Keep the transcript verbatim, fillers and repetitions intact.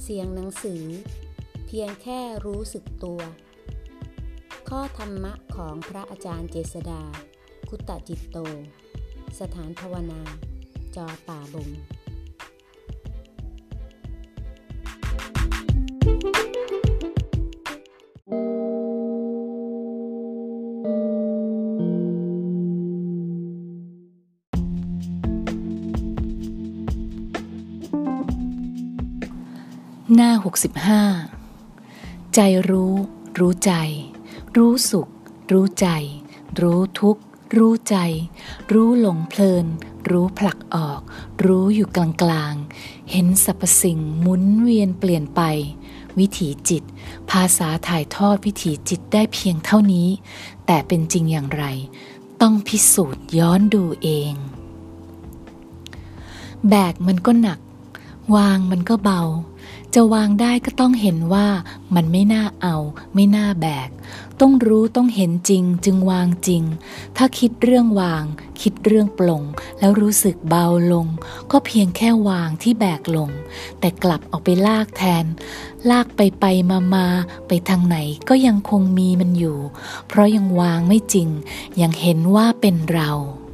สียงหนังสือเพียงแค่รู้สึกตัวข้อธรรมะของพระอาจารย์เจษฎาคุตจิตโตสถานภาวนาจอป่าบงหน้าหกสิบห้าใจรู้รู้ใจรู้สุขรู้ใจรู้ทุกข์รู้ใจรู้หลงเพลินรู้ผลักออกรู้อยู่กลางๆเห็นสรรพสิ่งหมุนเวียนเปลี่ยนไปวิถีจิตภาษาถ่ายทอดวิถีจิตได้เพียงเท่านี้แต่เป็นจริงอย่างไรต้องพิสูจน์ย้อนดูเองแบกมันก็หนักวางมันก็เบาจะวางได้ก็ต้องเห็นว่ามันไม่น่าเอาไม่น่าแบกต้องรู้ต้องเห็นจริงจึงวางจริงถ้าคิดเรื่องวางคิดเรื่องปลงแล้วรู้สึกเบาลงก็เพียงแค่วางที่แบกลงแต่กลับออกไปลากแทนลากไปไปมามาไปทางไหนก็ยังคงมีมันอยู่เพราะยังวางไม่จริงยังเห็นว่าเป็นเรา